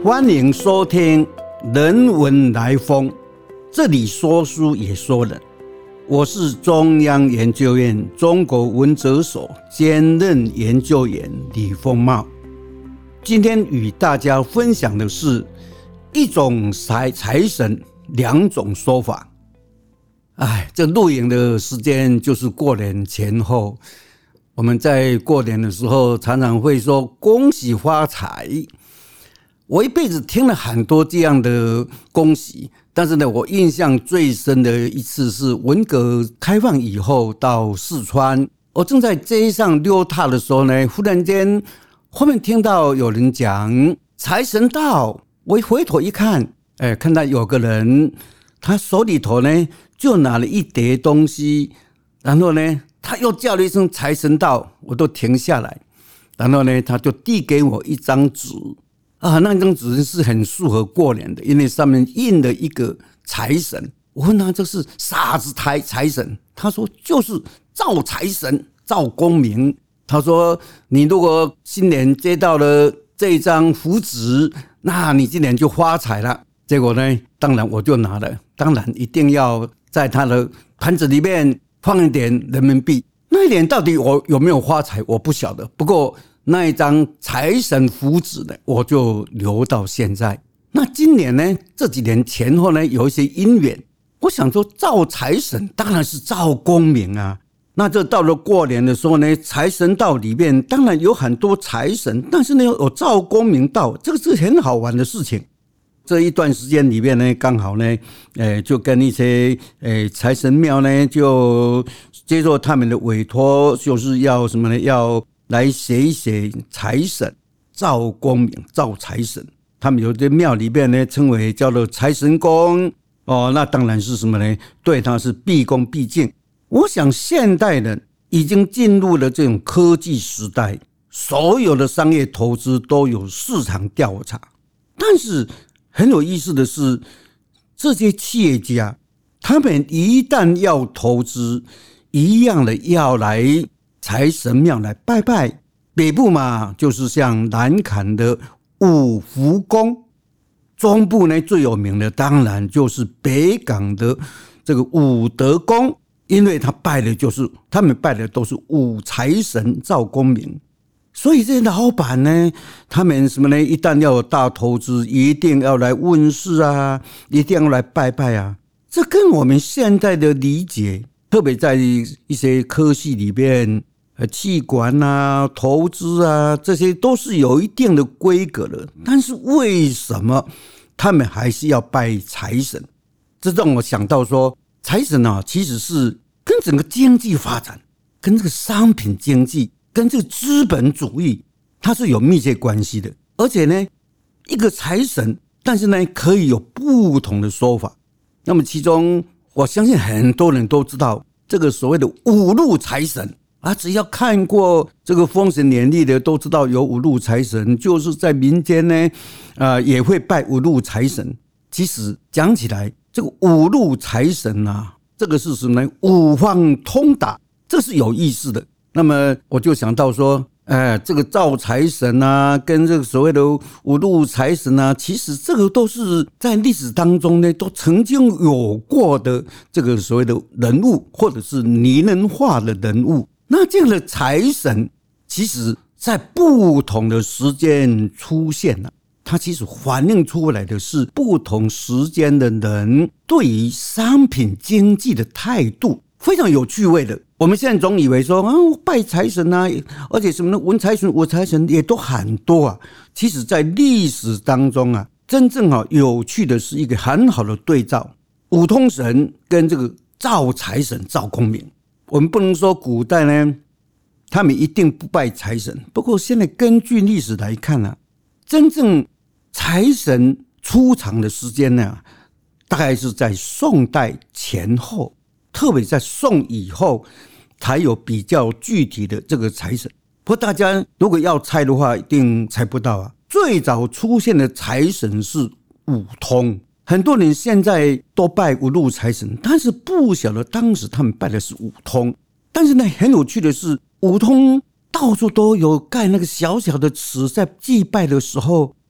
欢迎收听人文来风，这里说书也说人。我是中央研究院中国文哲所兼任研究员李丰茂。今天与大家分享的是一种财神，两种说法。这录影的时间就是过年前后，我们在过年的时候常常会说恭喜发财。我一辈子听了很多这样的恭喜，但是呢，我印象最深的一次是文革开放以后到四川，我正在街上溜达的时候呢，忽然间后面听到有人讲财神到，我一回头一看，看到有个人他手里头呢就拿了一叠东西，然后呢他又叫了一声财神到，我都停下来，然后呢他就递给我一张纸那张纸是很适合过年的，因为上面印了一个财神。我问他这是啥子财神，他说就是赵财神赵公明。他说你如果新年接到了这一张符纸，那你今年就发财了。结果呢，当然我就拿了，当然一定要在他的盘子里面放一点人民币。那一年到底我有没有发财我不晓得，不过那一张财神符纸呢，我就留到现在。那今年呢，这几年前后呢，有一些因缘，我想说赵财神当然是赵公明啊。那这到了过年的时候呢，财神到里面当然有很多财神，但是呢有赵公明到，这个是很好玩的事情。这一段时间里面呢，刚好呢就跟一些财神庙呢就接受他们的委托，就是要什么呢，要来写一写财神赵公明赵财神，他们有些庙里面呢称为叫做财神公那当然是什么呢，对他是毕恭毕敬。我想现代人已经进入了这种科技时代，所有的商业投资都有市场调查，但是很有意思的是，这些企业家他们一旦要投资，一样的要来财神庙来拜拜。北部嘛，就是像南崁的五福宫，中部呢最有名的当然就是北港的这个武德宫，因为他们拜的都是武财神赵公明。所以这些老板呢，他们什么呢，一旦要有大投资，一定要来问事啊，一定要来拜拜啊。这跟我们现在的理解，特别在一些科系里边，企管啊、投资啊，这些都是有一定的规格的。但是为什么他们还是要拜财神？这让我想到说，财神其实是跟整个经济发展，跟这个商品经济，跟这个资本主义，它是有密切关系的。而且呢，一个财神，但是呢，可以有不同的说法。那么其中，我相信很多人都知道这个所谓的五路财神只要看过这个《封神演义》的都知道有五路财神，就是在民间呢也会拜五路财神。其实讲起来，这个五路财神这个是什么呢？五方通达，这是有意思的。那么我就想到说这个赵财神跟这个所谓的五路财神其实这个都是在历史当中呢都曾经有过的这个所谓的人物，或者是拟人化的人物。那这样的财神其实在不同的时间出现它其实反映出来的是不同时间的人对于商品经济的态度，非常有趣味的。我们现在总以为说拜财神而且什么文财神武财神也都很多其实在历史当中真正有趣的是一个很好的对照，五通神跟这个赵财神赵公明。我们不能说古代呢他们一定不拜财神，不过现在根据历史来看真正财神出场的时间呢，大概是在宋代前后，特别在宋以后才有比较具体的这个财神。不过大家如果要猜的话，一定猜不到最早出现的财神是五通，很多人现在都拜五路财神，但是不晓得当时他们拜的是五通。但是呢，很有趣的是，五通到处都有盖那个小小的祠，在祭拜的时候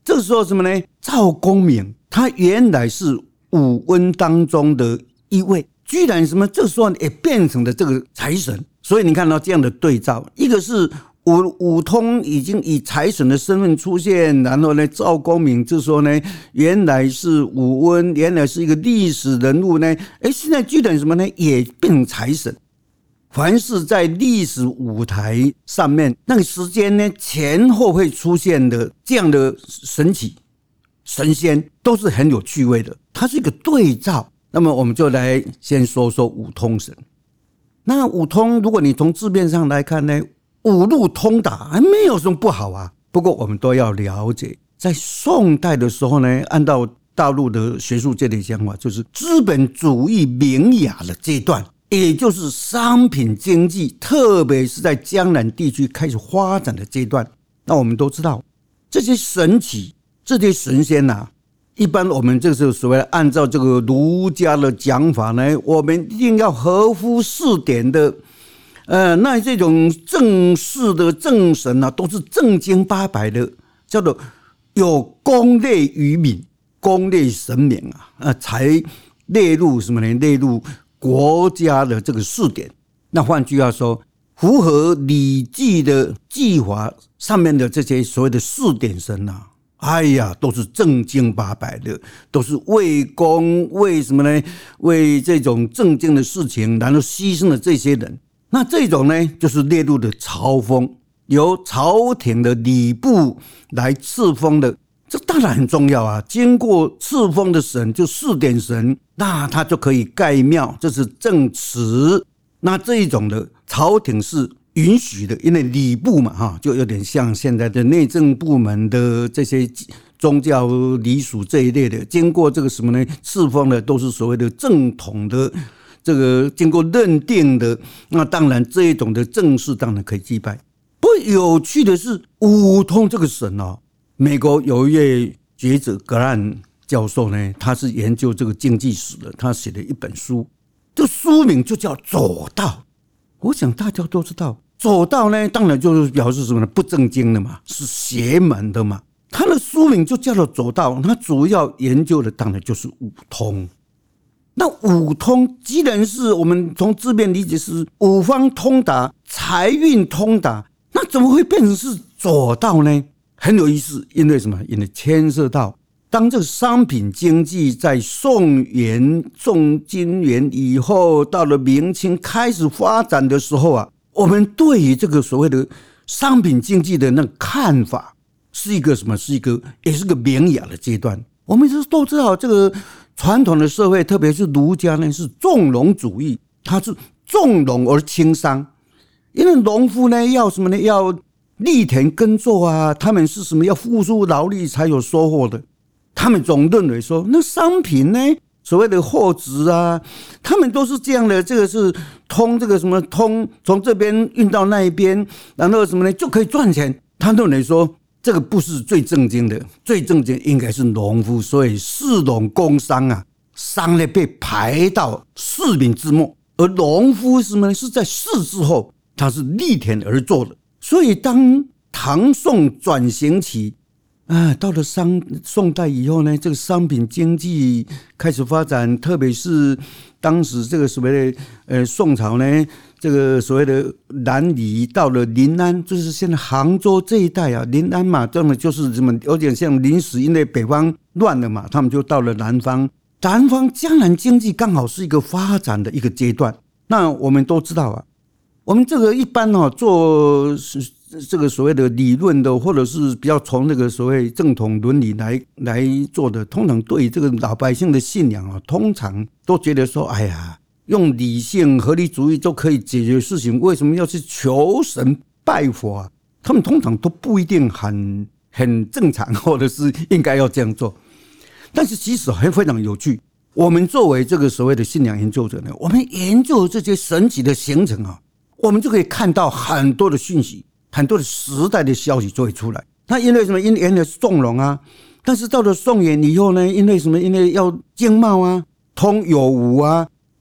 这时候什么呢？赵公明他原来是五温当中的一位，居然什么这时候也变成了这个财神。所以你看到这样的对照，一个是武通已经以财神的身份出现，然后呢，赵公明这时候呢，原来是武温，原来是一个历史人物呢，现在居然什么呢，也变成财神。凡是在历史舞台上面那个时间呢前后会出现的这样的神奇神仙，都是很有趣味的，它是一个对照。那么我们就来先说说五通神。那五通如果你从字面上来看呢，五路通达没有什么不好啊。不过我们都要了解，在宋代的时候呢，按照大陆的学术界的讲法，就是资本主义萌芽的阶段，也就是商品经济，特别是在江南地区开始发展的阶段。那我们都知道，这些神祇、这些神仙啊，一般我们这个所谓按照这个儒家的讲法呢，我们一定要合乎四典的。那这种正式的正神啊，都是正经八百的，叫做有功类于民、功类神明啊，才列入什么呢？列入国家的这个四典。那换句话说，符合《礼记》的纪法上面的这些所谓的四典神啊，哎呀，都是正经八百的，都是为公为什么呢？为这种正经的事情，然后牺牲了这些人。那这种呢，就是列入的朝封，由朝廷的礼部来赐封的，这当然很重要啊。经过赐封的神，就四典神，那他就可以盖庙，这是正祠。那这一种的朝廷是允许的，因为礼部嘛，就有点像现在的内政部门的这些宗教礼俗这一类的，经过这个什么呢？赐封的都是所谓的正统的。这个经过认定的，那当然这一种的正式当然可以祭拜。不过有趣的是，五通这个神哦，美国有一位学者格兰教授呢，他是研究这个经济史的，他写了一本书，这书名就叫《左道》。我想大家都知道，左道呢，当然就是表示什么呢？不正经的嘛，是邪门的嘛。他的书名就叫做《左道》，他主要研究的当然就是五通。那五通既然是我们从字面理解是五方通达、财运通达，那怎么会变成是左道呢？很有意思，因为什么？因为牵涉到当这个商品经济在宋元、宋金元以后，到了明清开始发展的时候啊，我们对于这个所谓的商品经济的那个看法是一个什么？是一个也是个萌芽的阶段。我们都知道，这个传统的社会，特别是儒家呢，是重农主义，它是重农而轻商。因为农夫呢要什么呢？要犁田耕作啊，他们是什么？要付出劳力才有收获的。他们总认为说，那商品呢，所谓的货值啊，他们都是这样的，这个是通这个什么通，从这边运到那一边，然后什么呢就可以赚钱。他认为说，这个不是最正经的，最正经应该是农夫，所以士农工商啊，商呢被排到士民之末，而农夫是什么呢？是在士之后，他是犁田而做的。所以当唐宋转型期到了宋代以后呢，这个商品经济开始发展，特别是当时这个所谓的宋朝呢，这个所谓的南移到了临安，就是现在杭州这一带啊，临安嘛，这么就是什么有点像临时，因为北方乱了嘛，他们就到了南方。南方江南经济刚好是一个发展的一个阶段。那我们都知道啊，我们这个一般做这个所谓的理论的，或者是比较从那个所谓正统伦理来做的，通常对这个老百姓的信仰啊，通常都觉得说，哎呀，用理性合理主义就可以解决事情，为什么要去求神拜佛啊？他们通常都不一定很正常，或者是应该要这样做。但是其实还非常有趣，我们作为这个所谓的信仰研究者呢，我们研究这些神奇的形成啊，我们就可以看到很多的讯息，很多的时代的消息就会出来。那因为什么？因为原来是重农啊，但是到了宋元以后呢，因为什么？因为要经贸啊，通有无啊，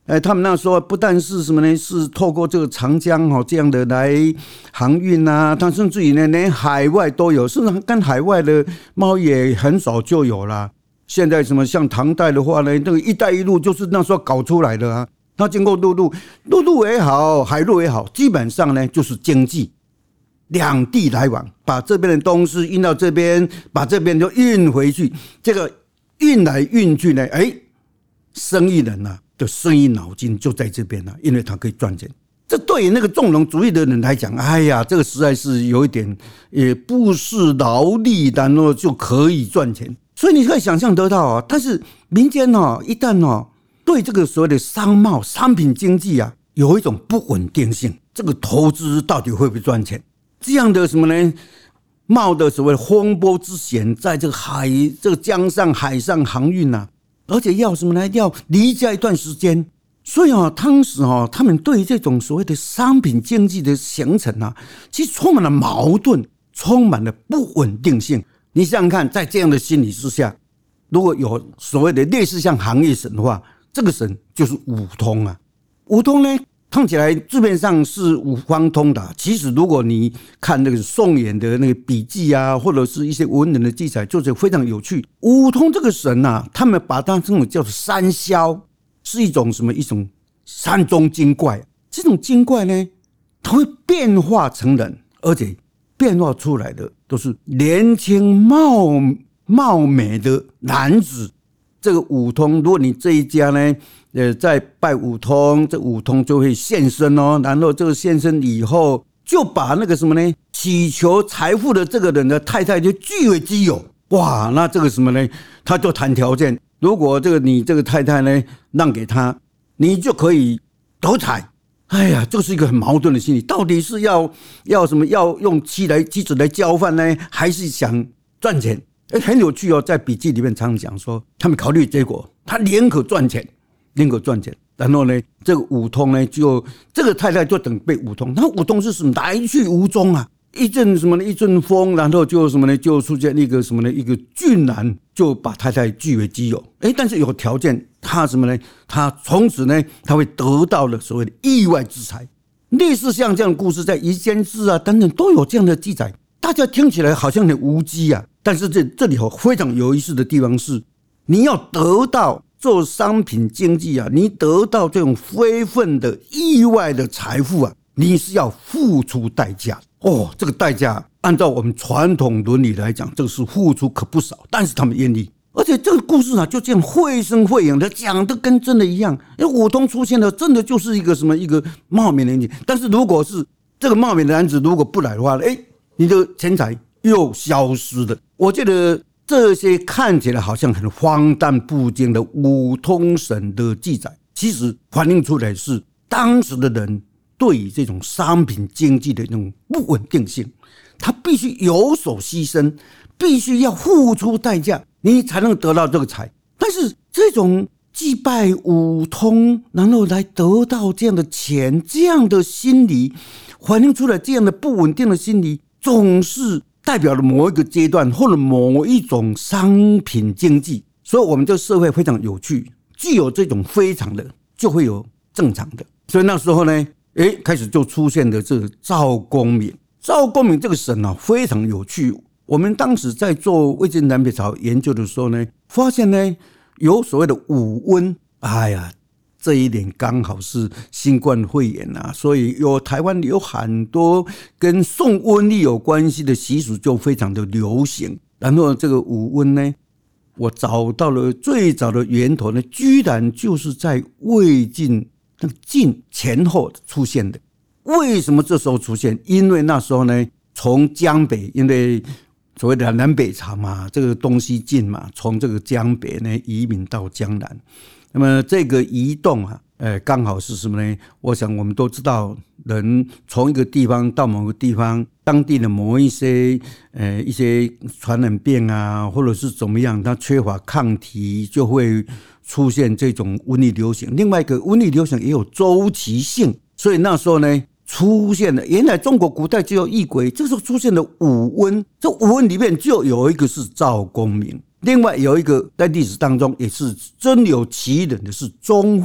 他们那时候不但是什么呢？是透过这个长江这样的来航运啊，它甚至于呢，连海外都有，甚至跟海外的贸易也很少就有啦。现在什么像唐代的话呢，那个“一带一路”就是那时候搞出来的啊。它经过陆路也好，海路也好，基本上呢就是经济两地来往，把这边的东西运到这边，把这边就运回去，这个运来运去呢，生意人啊的生意脑筋就在这边了，因为他可以赚钱。这对于那个纵容主义的人来讲，哎呀，这个实在是有一点，也不是劳力然后就可以赚钱，所以你可以想象得到啊。但是民间一旦对这个所谓的商贸、商品经济啊，有一种不稳定性，这个投资到底会不会赚钱？这样的什么呢？冒的所谓的风波之险，在这个江上、海上航运啊。而且要什么呢？要离家一段时间，所以当时他们对这种所谓的商品经济的形成啊，其实充满了矛盾，充满了不稳定性。你想想看，在这样的心理之下，如果有所谓的类似像行业神的话，这个神就是五通啊。五通呢，看起来字面上是五方通的，其实如果你看那个宋衍的那个笔记啊，或者是一些文人的记载，就是非常有趣。五通这个神啊，他们把它称为叫做三霄，是一种什么？一种山中精怪。这种精怪呢，它会变化成人，而且变化出来的都是年轻貌美的男子。这个五通，如果你这一家呢，在拜五通，这五通就会现身哦。然后这个现身以后，就把那个什么呢，祈求财富的这个人的太太就据为己有。哇，那这个什么呢？他就谈条件，如果你这个太太呢让给他，你就可以得财。哎呀，这是一个很矛盾的心理，到底是要什么？要用妻子来交换呢，还是想赚钱？很有趣哦，在笔记里面常常讲说，他们考虑结果，他宁可赚钱，然后呢，这个五通呢，这个太太就等被五通，那五通是什么？来去无踪啊！一阵风，然后就什么呢？就出现一个什么呢？一个俊男就把太太据为己有。但是有条件，他什么呢？他从此呢，他会得到了所谓的意外之财。类似像这样的故事，在《夷坚志》啊等等都有这样的记载。大家听起来好像很无稽啊，但是这里非常有意思的地方是，你要得到做商品经济啊，你得到这种非分的意外的财富啊，你是要付出代价哦。这个代价按照我们传统伦理来讲，这个是付出可不少，但是他们愿意。而且这个故事啊，就这样绘声绘影的讲的跟真的一样。五通出现了，真的就是一个什么一个貌美的男子，但是如果是这个貌美的男子如果不来的话，你的钱财又消失了。我觉得这些看起来好像很荒诞不经的五通神的记载，其实反映出来是当时的人对于这种商品经济的那种不稳定性，他必须有所牺牲，必须要付出代价，你才能得到这个财。但是这种祭拜五通，然后来得到这样的钱，这样的心理反映出来，这样的不稳定的心理，总是代表了某一个阶段或者某一种商品经济。所以我们这个社会非常有趣，具有这种非常的，就会有正常的。所以那时候呢，开始就出现了这个赵公敏。赵公敏这个神啊，非常有趣。我们当时在做魏晋南北朝研究的时候呢，发现呢，有所谓的五瘟。哎呀，这一点刚好是新冠肺炎啊，所以台湾有很多跟送瘟疫有关系的习俗就非常的流行。然后这个五瘟呢，我找到了最早的源头呢，居然就是在魏晋那个晋前后出现的。为什么这时候出现？因为那时候呢，从江北，因为所谓的南北朝嘛，这个东西晋嘛，从这个江北呢移民到江南。那么这个移动啊，刚好是什么呢？我想我们都知道，人从一个地方到某个地方，当地的某一些传染病啊，或者是怎么样，它缺乏抗体，就会出现这种瘟疫流行。另外一个瘟疫流行也有周期性，所以那时候呢，出现了，原来中国古代就有异鬼，这时候出现了五瘟，这五瘟里面就有一个是赵公明。另外有一个在历史当中也是真有其人的是钟会。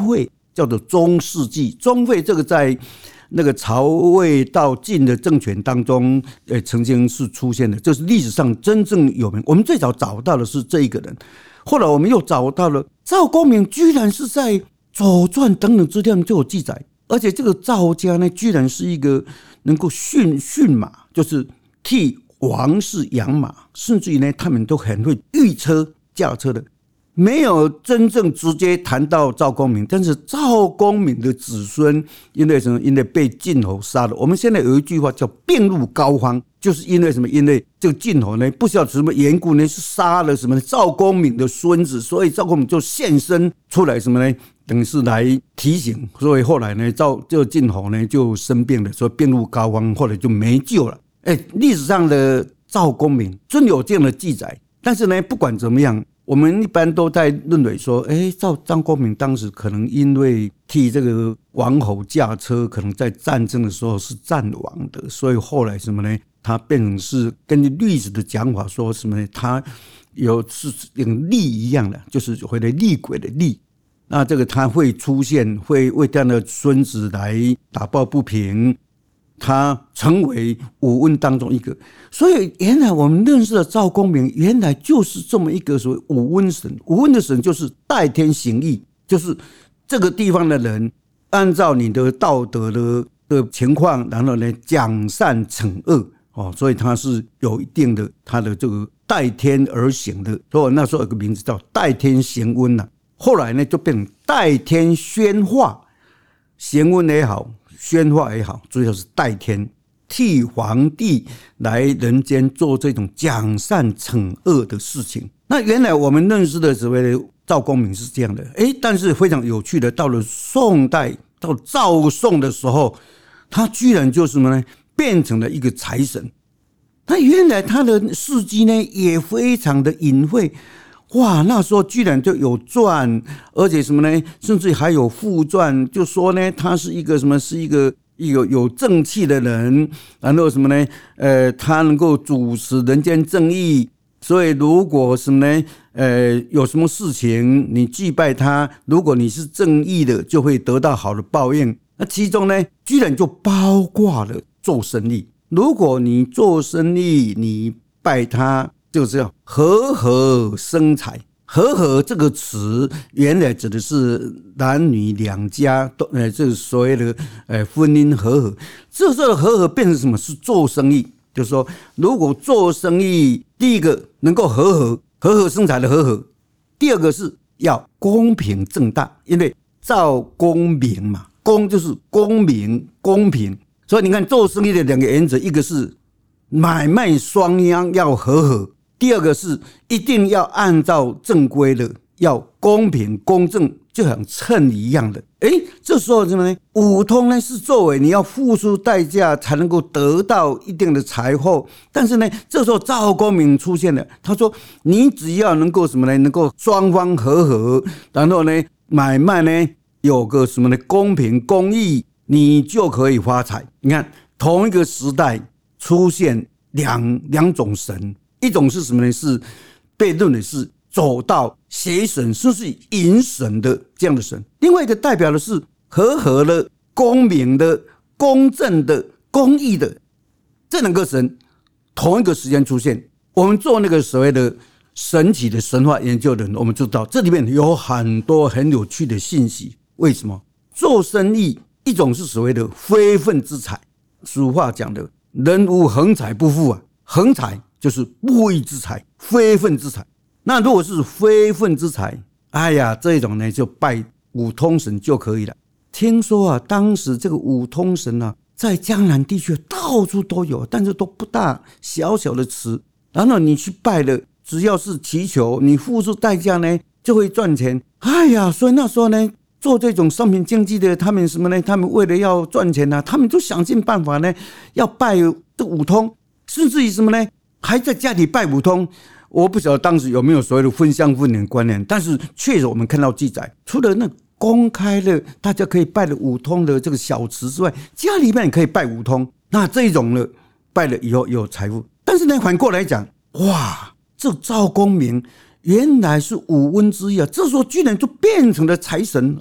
叫做宗室祭。宗会这个在那个曹魏到晋的政权当中，曾经是出现的，这是历史上真正有名。我们最早找到的是这一个人，后来我们又找到了赵公明，居然是在《左传》等等资料就有记载，而且这个赵家呢，居然是一个能够驯马，就是替王室养马，甚至于呢，他们都很会御车驾车的。没有真正直接谈到赵公明，但是赵公明的子孙因为什么？因为被晋侯杀了。我们现在有一句话叫病入膏肓，就是因为什么？因为这个晋侯呢，不晓得什么缘故呢，是杀了什么赵公明的孙子，所以赵公明就现身出来什么呢？等于是来提醒，所以后来呢，这晋侯呢就生病了，所以病入膏肓，后来就没救了。历史上的赵公明真有这样的记载，但是呢，不管怎么样。我们一般都在认为说，张公明当时可能因为替这个王侯驾车，可能在战争的时候是战亡的，所以后来什么呢？他变成是根据历史的讲法说什么呢？他是跟厉一样的，就是回来厉鬼的厉。那这个他会出现，会为他的孙子来打抱不平。他成为五温当中一个，所以原来我们认识的赵公明，原来就是这么一个所谓五温神。五温的神就是代天行义，就是这个地方的人按照你的道德的情况，然后呢讲善惩恶，所以他是有一定的他的这个代天而行的。所以那时候有个名字叫代天行温啊，后来呢就变成代天宣化，行温也好。宣化也好，主要是代天替皇帝来人间做这种讲善惩恶的事情。那原来我们认识的所谓的赵公明是这样的，但是非常有趣的，到了宋代，到赵宋的时候，他居然就是什么呢？变成了一个财神。那原来他的事迹呢，也非常的隐晦。哇，那时候居然就有传，而且什么呢？甚至还有副传，就说呢，他是一个什么？是一个有正气的人，然后什么呢？他能够主持人间正义，所以如果什么呢？有什么事情你祭拜他，如果你是正义的，就会得到好的报应。那其中呢，居然就包括了做生意。如果你做生意，你拜他。就是要和合生财，和合这个词原来指的是男女两家都就是所谓的婚姻和合。这时候的和合变成什么？是做生意，就是说如果做生意，第一个能够和合生财的和合，第二个是要公平正大，因为赵公明嘛，公就是公平公平，所以你看做生意的两个原则，一个是买卖双方要和合。第二个是一定要按照正规的，要公平公正，就像称一样的。这时候什么呢？五通呢是作为你要付出代价才能够得到一定的财货，但是呢，这时候赵公明出现了，他说你只要能够什么呢？能够双方和合，然后呢买卖呢有个什么呢？公平公义，你就可以发财。你看同一个时代出现两种神。一种是什么呢？是被认为是走到邪神，甚至淫神的这样的神。另外一个代表的是和合的、公平的、公正的、公义的这两个神，同一个时间出现。我们做那个所谓的神奇的神话研究的人，我们知道这里面有很多很有趣的信息。为什么？做生意一种是所谓的非分之财，俗话讲的人无横财不富啊，横财就是不义之财，非分之财。那如果是非分之财，这种呢就拜五通神就可以了。听说当时这个五通神在江南地区到处都有，但是都不大，小小的池。然后你去拜了，只要是祈求，你付出代价呢，就会赚钱。所以那时候呢，做这种商品经济的，他们什么呢？他们为了要赚钱他们就想尽办法呢，要拜这五通，甚至于什么呢？还在家里拜五通。我不晓得当时有没有所谓的分香分灵观念，但是确实我们看到记载，除了那公开的大家可以拜的五通的这个小池之外，家里面也可以拜五通。那这一种呢，拜了以后有财富。但是呢，反过来讲，哇，这赵公明原来是五温之一这时候居然就变成了财神。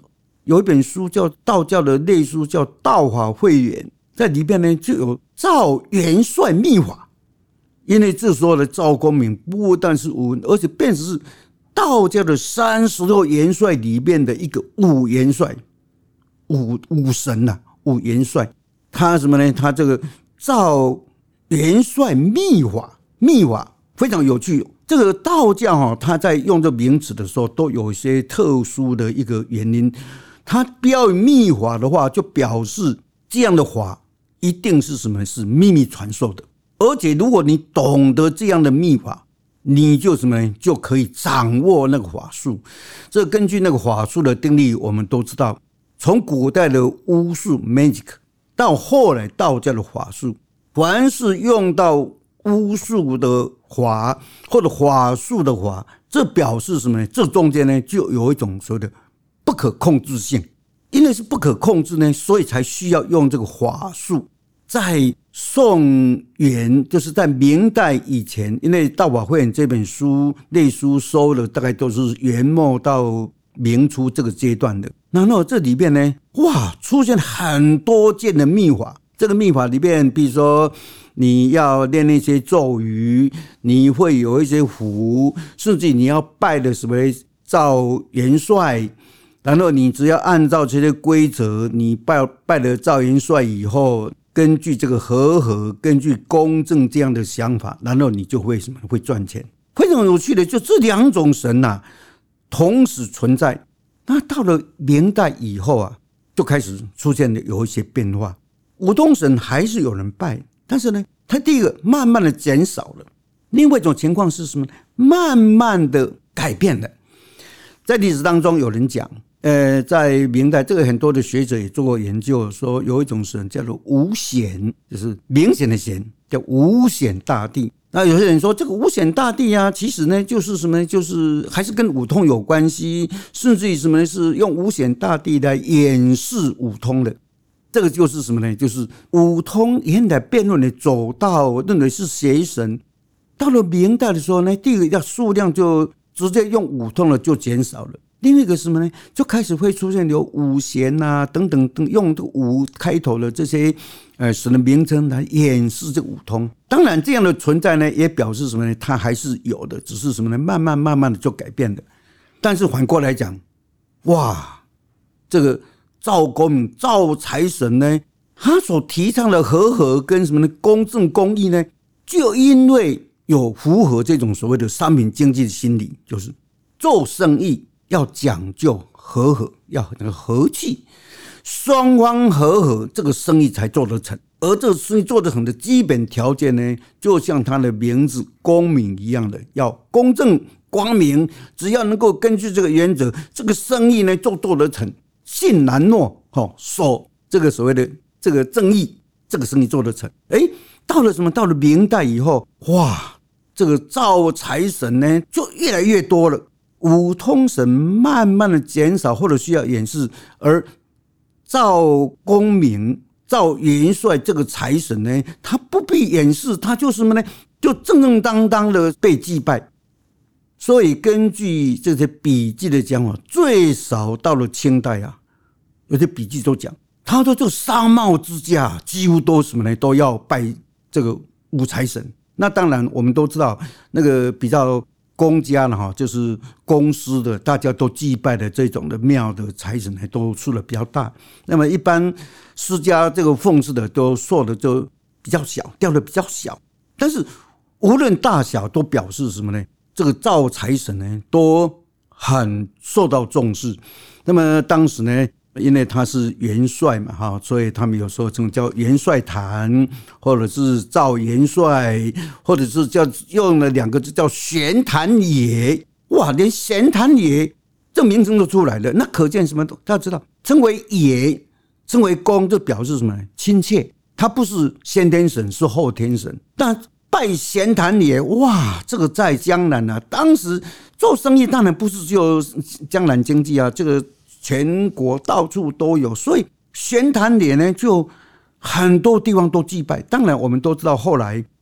有一本书叫道教的类书叫《道法会元》，在里边呢就有赵元帅秘法。因为这时候的赵公明不但是武文，而且便是道教的36元帅里面的一个武元帅，武神啊，武元帅。他什么呢？他这个赵元帅秘法非常有趣。这个道教他在用这名词的时候都有一些特殊的一个原因。他标秘法的话，就表示这样的法一定是什么？是秘密传授的。而且如果你懂得这样的秘法，你就什么呢？就可以掌握那个法术。这根据那个法术的定律，我们都知道，从古代的巫术 magic 到后来道教的法术，凡是用到巫术的法或者法术的法，这表示什么呢？这中间呢就有一种所谓的不可控制性。因为是不可控制呢，所以才需要用这个法术。在宋元，就是在明代以前，因为《道法会元》这本书类书收了大概都是元末到明初这个阶段的。然后这里面呢，哇，出现很多件的秘法。这个秘法里面，比如说你要练那些咒语，你会有一些符，甚至你要拜的什么赵元帅，然后你只要按照这些规则，你拜了赵元帅以后，根据这个和合，根据公正这样的想法，然后你就会什么？会赚钱。非常有趣的，就这两种神同时存在。那到了明代以后就开始出现了有一些变化。五通神还是有人拜，但是呢，它第一个慢慢的减少了。另外一种情况是什么？慢慢的改变了。在历史当中有人讲，在明代，这个很多的学者也做过研究，说有一种神叫做无显，就是明显的显，叫无显大帝。那有些人说这个无显大帝其实呢就是什么？就是还是跟五通有关系，甚至于什么呢？是用无显大帝来掩饰五通的。这个就是什么呢？就是五通原来辩论的走到认为是邪神，到了明代的时候呢，第一个数量就直接用五通了就减少了。另外一个什么呢？就开始会出现有五贤等等等，用这个五开头的这些神的名称来掩饰这个五通。当然这样的存在呢，也表示什么呢？它还是有的，只是什么呢？慢慢的就改变了。但是反过来讲，哇，这个赵公明赵财神呢，他所提倡的和合跟什么呢？公正公义呢，就因为有符合这种所谓的商品经济的心理，就是做生意要讲究和合，要那个和气，双方和合，这个生意才做得成。而这个生意做得成的基本条件呢，就像他的名字公明一样的，要公正光明。只要能够根据这个原则，这个生意呢就做得成。信难诺，守这个所谓的这个正义，这个生意做得成。到了什么？到了明代以后，哇，这个赵财神呢就越来越多了。五通神慢慢的减少，或者需要掩饰，而赵公明、赵元帅这个财神呢，他不必掩饰，他就什么呢？就正正当当的被祭拜。所以根据这些笔记的讲法，最少到了清代有些笔记都讲，他说这个商贸之家几乎都什么呢？都要拜这个五财神。那当然我们都知道，那个比较公家就是公司的，大家都祭拜的这种的庙的财神都数的比较大。那么一般私家这个奉祀的都塑的就比较小，雕的比较小。但是无论大小都表示什么呢？这个赵财神呢都很受到重视。那么当时呢，因为他是元帅嘛，所以他们有时候称叫元帅坛，或者是赵元帅，或者是用了两个字叫玄坛爷。哇，连玄坛爷这名称都出来了，那可见什么？大家知道，称为爷，称为公，就表示什么？亲切。他不是先天神，是后天神。但拜玄坛爷，哇，这个在江南当时做生意当然不是只有江南经济这个全国到处都有，所以玄坛爷呢就很多地方都祭拜。当然我们都知道，后来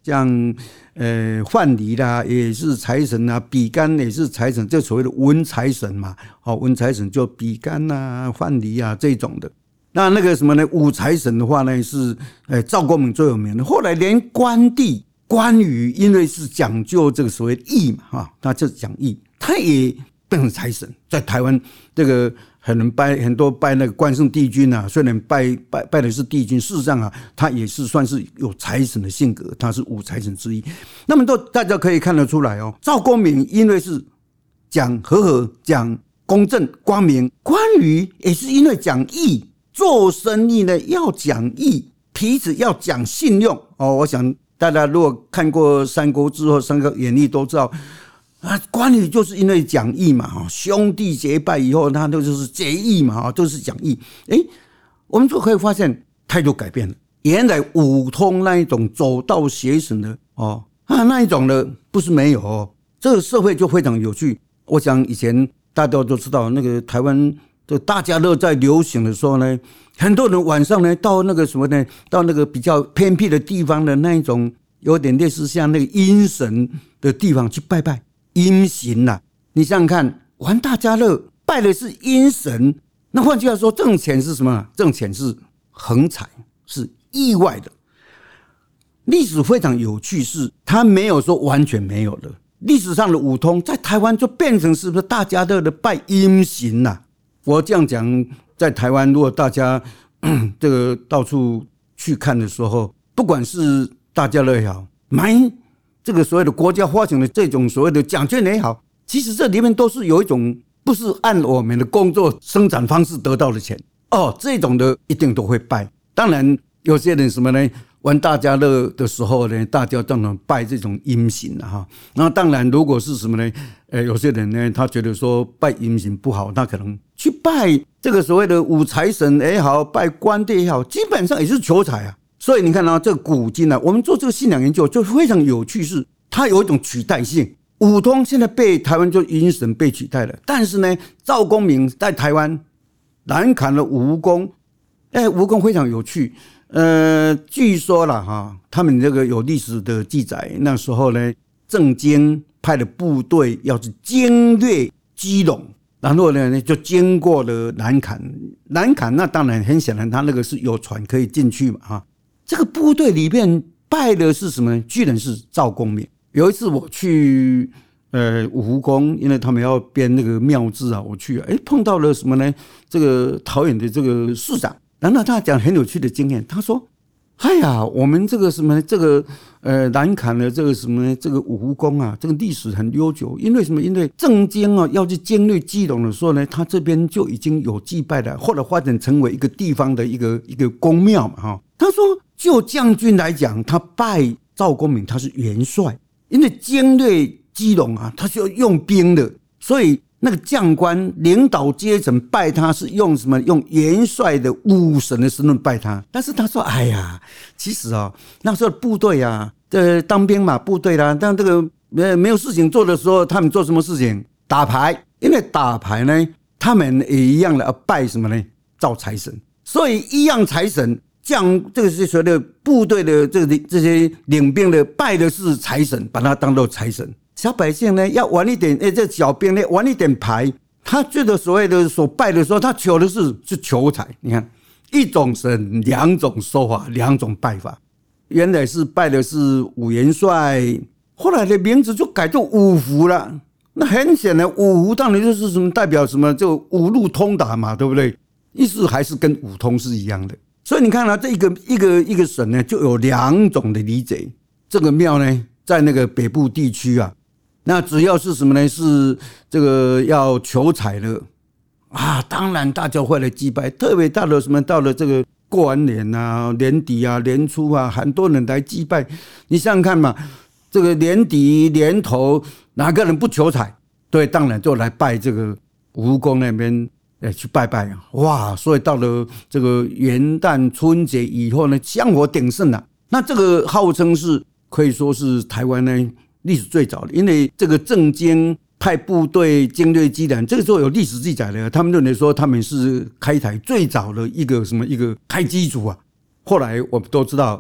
像范蠡啦也是财神啊，比干也是财神，这所谓的文财神嘛，文财神就比干啊、范蠡啊这种的。那个什么呢？武财神的话呢是赵公明最有名的。后来连关帝关羽，因为是讲究这个所谓义嘛，他就是讲义，他也变成财神。在台湾这个很多拜那个关圣帝君啊，虽然拜的是帝君，事实上啊，他也是算是有财神的性格，他是五财神之一。那么大家可以看得出来赵公明因为是讲和讲公正光明，关羽也是因为讲义，做生意呢要讲义，彼此要讲信用我想大家如果看过《三国志》或《三国演义》都知道。关羽就是因为讲义嘛，兄弟结拜以后，他就是结义嘛，都是讲义。我们就可以发现态度改变了。原来武通那一种走道邪神的那一种的不是没有这个社会就非常有趣。我想以前大家都知道，那个台湾的大家乐在流行的时候呢，很多人晚上呢到那个什么呢，到那个比较偏僻的地方的那一种，有点类似像那个阴神的地方去拜拜。阴神啊，你想想看，玩大家乐拜的是阴神，那换句话说，挣钱是什么？挣钱是横财，是意外的。历史非常有趣，是它没有说完全没有的。历史上的武通在台湾就变成是不是大家乐的拜阴神啊？我这样讲，在台湾如果大家这个到处去看的时候，不管是大家乐也好，买这个所谓的国家发行的这种所谓的奖券也好，其实这里面都是有一种不是按我们的工作生产方式得到的钱这种的一定都会拜。当然有些人什么呢，玩大家乐的时候呢，大家当然拜这种阴神那当然如果是什么呢，有些人呢他觉得说拜阴神不好，他可能去拜这个所谓的武财神也好，拜关帝也好，基本上也是求财啊。所以你看这个古今我们做这个信仰研究就非常有趣，是它有一种取代性。武通现在被台湾就阴神被取代了，但是呢，赵公明在台湾南砍了武功，武功非常有趣。据说啦他们这个有历史的记载，那时候呢，郑经派的部队要去经略基隆，然后呢就经过了南坎，那当然很显然他那个是有船可以进去嘛这个部队里面拜的是什么呢？居然是赵公明。有一次我去五福宫，因为他们要编那个庙志我去碰到了什么呢？这个桃园的这个市长，然后他讲很有趣的经验，他说我们这个什么这个南坎的这个什么这个五福宫这个历史很悠久，因为什么？因为郑经要去经略基隆的时候呢，他这边就已经有祭拜了，后来发展成为一个地方的一个宫庙嘛他说就将军来讲，他拜赵公明他是元帅，因为经略基隆他是要用兵的，所以那个将官领导阶层拜他是用什么？用元帅的武神的身份拜他。但是他说其实那时候部队当兵嘛，部队啦，但这个没有事情做的时候，他们做什么事情？打牌。因为打牌呢，他们也一样的拜什么呢？赵财神。所以一样财神，这个是所谓的部队的这些领兵的拜的是财神，把他当作财神。小百姓呢要玩一点，这小兵呢玩一点牌，他觉得所谓的所拜的时候，他求的是求财。你看，一种神，两种说法，两种拜法。原来是拜的是武元帅，后来的名字就改做五福了。那很显然，五福当然就是什么代表什么，就五路通达嘛，对不对？意思还是跟五通是一样的。所以你看这一个神呢，就有两种的理解。这个庙呢，在那个北部地区那只要是什么呢？是这个要求财的当然大家会来祭拜，特别到了什么？到了这个过完年年底年初很多人来祭拜。你想想看嘛，这个年底年头哪个人不求财？对，当然就来拜这个五福宫那边去拜拜所以到了这个元旦春节以后呢，香火鼎盛那这个号称是可以说是台湾呢历史最早的，因为这个郑经派部队经略基隆，这个时候有历史记载的，他们认为说他们是开台最早的一个开基族后来我们都知道，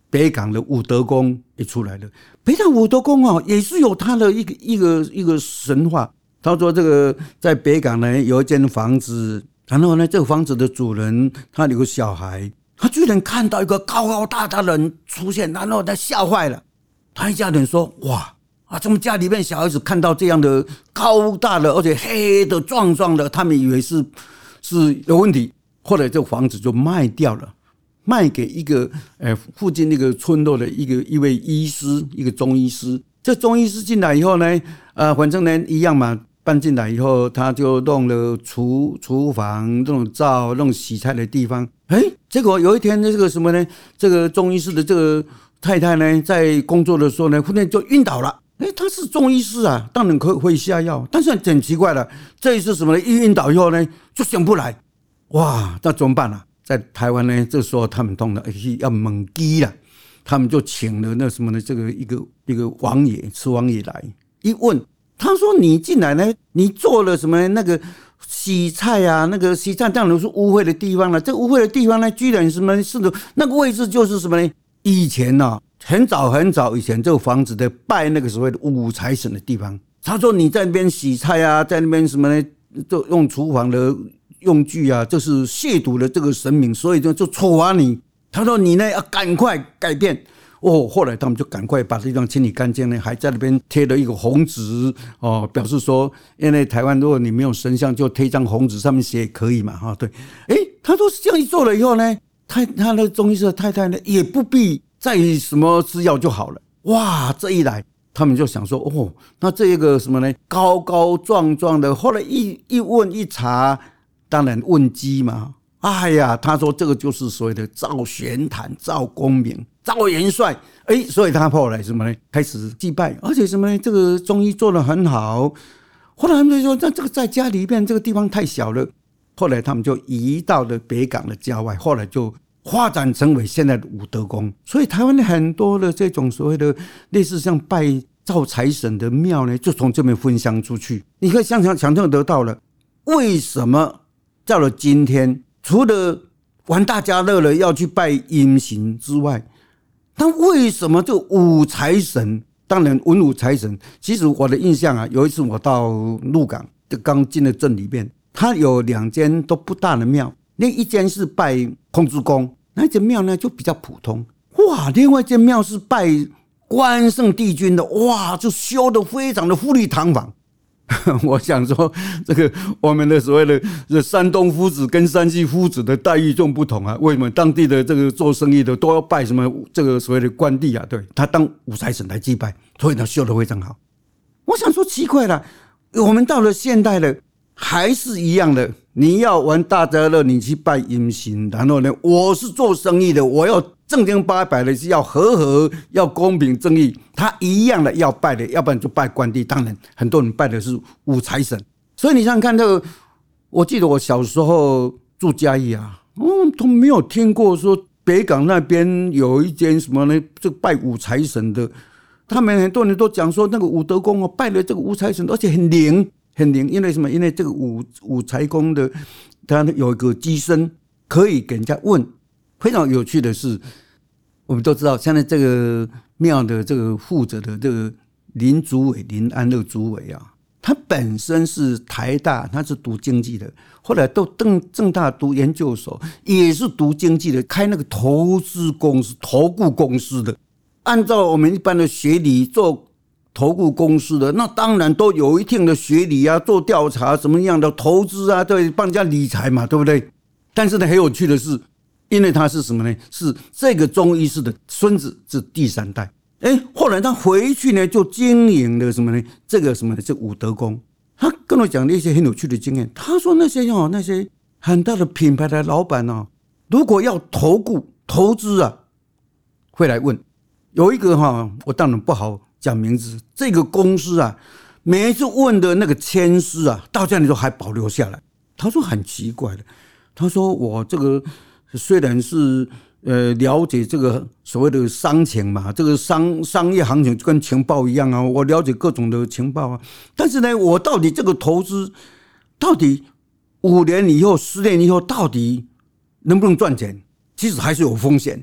北港的武德宫也出来了。北港武德宫也是有它的一个神话。他说这个在北港呢有一间房子，然后呢这个房子的主人他有个小孩，他居然看到一个高高大大的人出现，然后他吓坏了。他一家人说哇怎么家里面小孩子看到这样的高大的而且黑的壮壮的，他们以为是有问题。后来这个房子就卖掉了，卖给一个附近那个村落的一位医师，一个中医师。这中医师进来以后呢反正呢一样嘛，搬进来以后他就弄了厨房，弄灶，弄洗菜的地方。结果有一天这个什么呢，这个中医师的这个太太呢在工作的时候呢忽然就晕倒了。他是中医师啊，当然会下药，但是很奇怪了，这一次什么呢，一晕倒以后呢就醒不来。哇，那怎么办啊？在台湾呢，这时候他们通常要猛鸡了，他们就请了那什么呢，这个一个王爷，吃王爷来一问，他说你进来呢，你做了什么呢？那个洗菜啊，那个洗菜当然是污秽的地方了。这个污秽的地方呢，居然什么是的那个位置就是什么呢？以前很早很早以前，这个房子的拜那个所谓的五财神的地方。他说你在那边洗菜啊，在那边什么呢？就用厨房的用具啊，这是亵渎了这个神明，所以就处罚你。他说你呢要赶快改变。后来他们就赶快把这地方清理干净呢，还在那边贴了一个红纸表示说，因为台湾如果你没有神像，就贴一张红纸，上面写也可以嘛，对。他说这样一做了以后呢，他的中医师的太太呢也不必再什么吃药就好了。哇，这一来他们就想说那这个什么呢，高高壮壮的，后来一问一查，当然问鸡嘛。他说这个就是所谓的赵玄坛、赵公明、赵元帅。所以他后来什么呢，开始祭拜，而且什么呢，这个中医做得很好。后来他们就说那这个在家里面这个地方太小了，后来他们就移到了北港的郊外，后来就发展成为现在的武德宫。所以台湾的很多的这种所谓的类似像拜赵财神的庙呢，就从这边分享出去。你可以想象得到了，为什么到了今天，除了玩大家乐了要去拜阴神之外，但为什么这五财神，当然文武财神，其实我的印象有一次我到鹿港，就刚进了镇里面，它有2间都不大的庙，那一间是拜空之公，那一间庙呢就比较普通。另外一间庙是拜关圣帝君的，就修得非常的富丽堂皇。我想说这个我们的所谓的山东夫子跟山西夫子的待遇就不同啊，为什么当地的这个做生意的都要拜什么这个所谓的关帝啊？对，他当五财神来祭拜，所以他修得非常好。我想说奇怪了，我们到了现代了还是一样的，你要玩大家乐，你去拜阴神，然后呢，我是做生意的，我要正经八百的，是要和要公平正义，他一样的要拜的，要不然就拜关帝。当然很多人拜的是五财神。所以你想想看，这个我记得我小时候住嘉义都没有听过说北港那边有一间什么呢，就拜五财神的。他们很多人都讲说那个武德宫拜了这个五财神，而且很灵，因为什么？因为这个五财宫的它有一个机身可以给人家问。非常有趣的是，我们都知道现在这个庙的这个负责的这个林主委林安乐主委他本身是台大，他是读经济的，后来到政大读研究所，也是读经济的，开那个投资公司、投顾公司的。按照我们一般的学理做投顾公司的，那当然都有一定的学理做调查什么样的投资对，帮人家理财嘛，对不对？但是呢，很有趣的是，因为他是什么呢？是这个中医师的孙子，是第3代。后来他回去呢，就经营了什么呢？这个什么呢？这武德宫。他跟我讲了一些很有趣的经验。他说那些很大的品牌的老板如果要投资会来问。有一个我当然不好讲名字，这个公司每一次问的那个签诗到现在都还保留下来。他说很奇怪的，他说我这个虽然是了解这个所谓的商情嘛，这个商业行情就跟情报一样我了解各种的情报但是呢，我到底这个投资到底5年以后、10年以后到底能不能赚钱，其实还是有风险。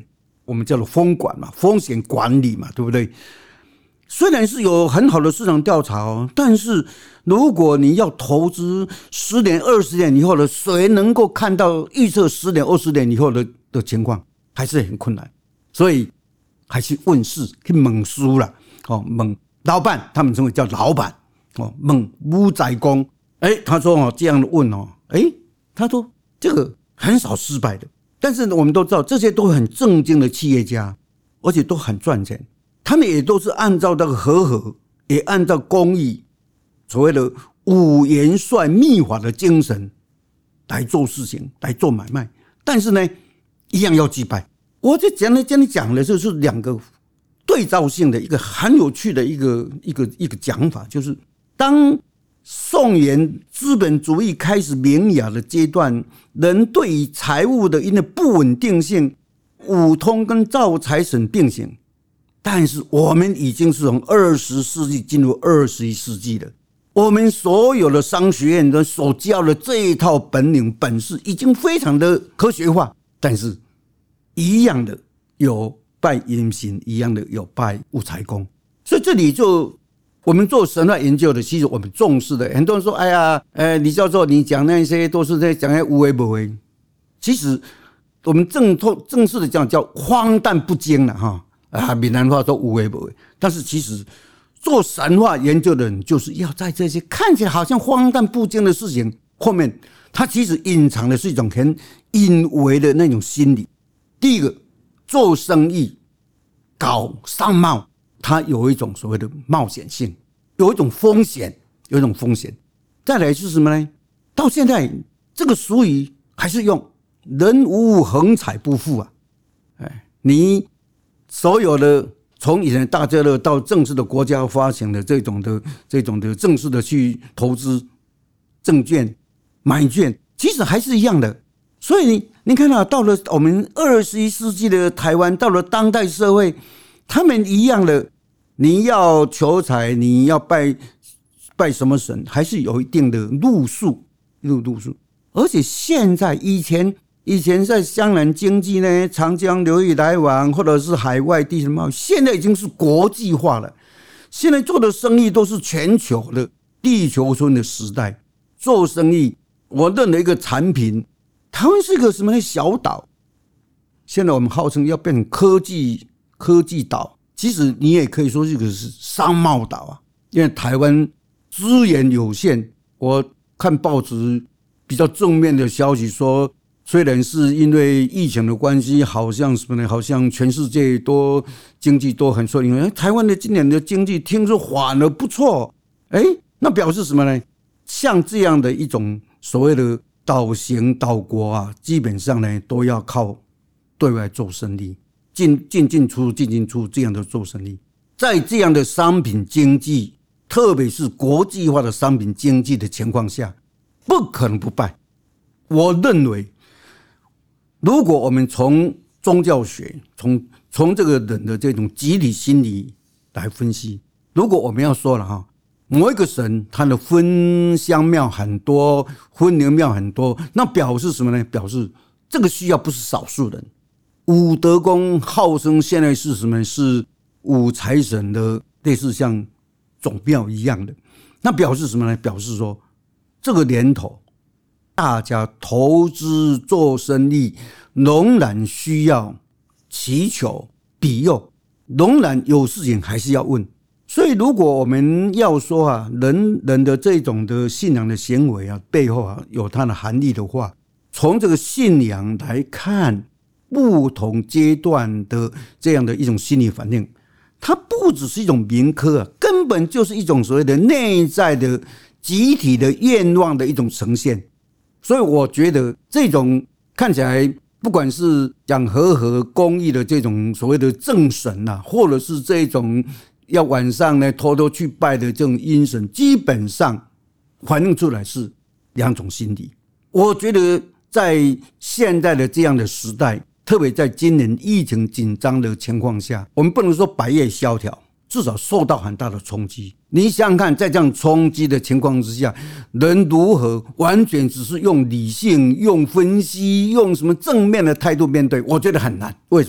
我们叫做风管嘛，风险管理嘛，对不对？虽然是有很好的市场调查但是如果你要投资10年、20年以后的，谁能够看到预测10年、20年以后的情况，还是很困难。所以还是问事去问师啦，问老板，他们称为叫老板，问武仔公，他说这样的问他说这个很少失败的。但是我们都知道，这些都很正经的企业家，而且都很赚钱。他们也都是按照那个和，也按照公益，所谓的5元帅秘法的精神来做事情，来做买卖。但是呢，一样要击败。我就讲的就是2个对照性的一个很有趣的一个讲法，就是当宋元资本主义开始萌芽的阶段，人对于财务的因为不稳定性，五通跟造财神并行。但是我们已经是从20世纪进入21世纪了，我们所有的商学院的所教的这一套本领本事已经非常的科学化，但是一样的有拜阴神，一样的有拜武财公。所以这里就我们做神话研究的，其实我们重视的，很多人说李教授你讲那些都是在讲那有的没的，其实我们正式的讲叫荒诞不经了闽南话说有的没的，但是其实做神话研究的人就是要在这些看起来好像荒诞不经的事情后面，它其实隐藏的是一种很隐微的那种心理。第一个，做生意搞商贸，它有一种所谓的冒险性，有一种风险。再来是什么呢？到现在这个俗语还是用人无横财不富你所有的从以前的大家乐到正式的国家发行的这种的正式的去投资证券买券，其实还是一样的。所以你看到了我们21世纪的台湾，到了当代社会，他们一样的，你要求财，你要拜什么神，还是有一定的路数。而且现在以前在江南经济呢，长江流域来往，或者是海外地区贸易，现在已经是国际化了。现在做的生意都是全球的，地球村的时代。做生意，我认为一个产品，台湾是一个什么呢？小岛。现在我们号称要变成科技岛，其实你也可以说这个是商贸岛因为台湾资源有限。我看报纸比较正面的消息说，虽然是因为疫情的关系，好像什么呢？好像全世界经济都很受影响，台湾的今年的经济听说反而不错。那表示什么呢？像这样的一种所谓的岛型岛国基本上呢都要靠对外做生意，进出这样的做生意。在这样的商品经济，特别是国际化的商品经济的情况下，不可能不败。我认为如果我们从宗教学，从这个人的这种集体心理来分析，如果我们要说了某一个神他的分香庙很多，分灵庙很多，那表示什么呢？表示这个需要不是少数人。武德宫号称现在是什么？是武财神的类似像总庙一样的，那表示什么呢？表示说这个年头大家投资做生意仍然需要祈求庇佑，仍然有事情还是要问。所以如果我们要说人的这种的信仰的行为背后有它的含义的话，从这个信仰来看不同阶段的这样的一种心理反应，它不只是一种民科根本就是一种所谓的内在的集体的愿望的一种呈现。所以我觉得这种看起来不管是讲和公益的这种所谓的正神或者是这种要晚上呢偷偷去拜的这种阴神，基本上反映出来是2种心理。我觉得在现在的这样的时代，特别在今年疫情紧张的情况下，我们不能说百业萧条，至少受到很大的冲击。你想想看，在这样冲击的情况之下，人如何完全只是用理性、用分析、用什么正面的态度面对？我觉得很难。为什么？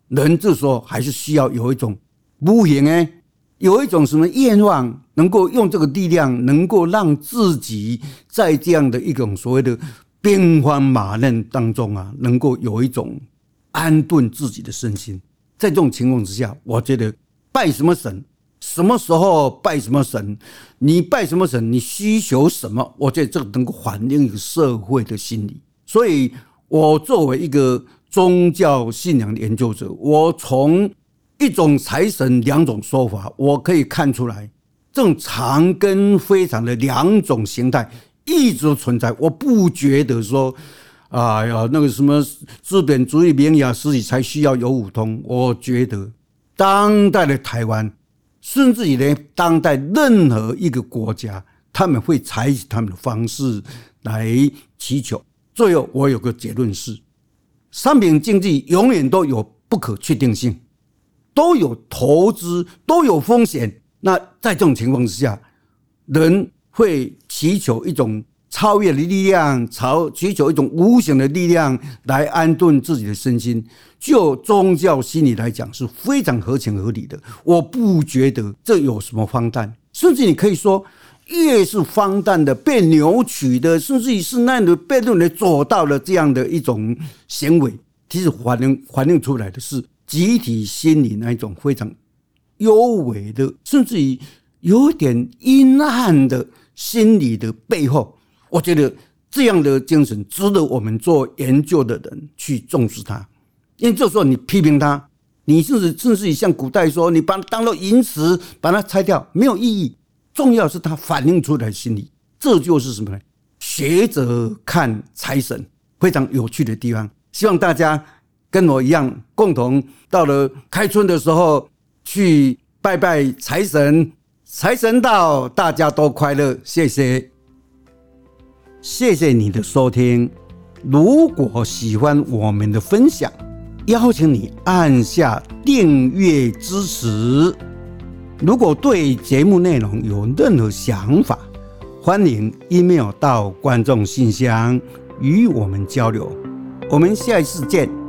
人这时候还是需要有一种无形有一种什么愿望，能够用这个力量，能够让自己在这样的一种所谓的兵荒马乱当中能够有一种安顿自己的身心。在这种情况之下，我觉得拜什么神，什么时候拜什么神，你拜什么神，你需求什么，我觉得这个能够反映一个社会的心理。所以我作为一个宗教信仰的研究者，我从一种财神两种说法，我可以看出来这种长跟非常的两种形态一直存在。我不觉得说那个什么资本主义萌芽时期才需要有五通。我觉得当代的台湾，甚至于连当代任何一个国家，他们会采取他们的方式来祈求。最后我有个结论是，商品经济永远都有不可确定性，都有投资，都有风险。那在这种情况之下，人会祈求一种超越的力量，祈求一种无形的力量来安顿自己的身心。就宗教心理来讲是非常合情合理的，我不觉得这有什么荒诞。甚至你可以说，越是荒诞的、被扭曲的，甚至于是那样的被认为走到了这样的一种行为，其实反映出来的是集体心理那一种非常幽微的，甚至于有点阴暗的心理的背后。我觉得这样的精神值得我们做研究的人去重视它。因为这时候你批评它，你甚至于像古代说，你把它当作淫词把它拆掉，没有意义。重要是它反映出来的心理。这就是什么呢？学者看财神非常有趣的地方。希望大家跟我一样，共同到了开春的时候去拜拜财神。财神到，大家都快乐。谢谢。谢谢你的收听。如果喜欢我们的分享，邀请你按下订阅支持。如果对节目内容有任何想法，欢迎 email 到观众信箱与我们交流。我们下一次见。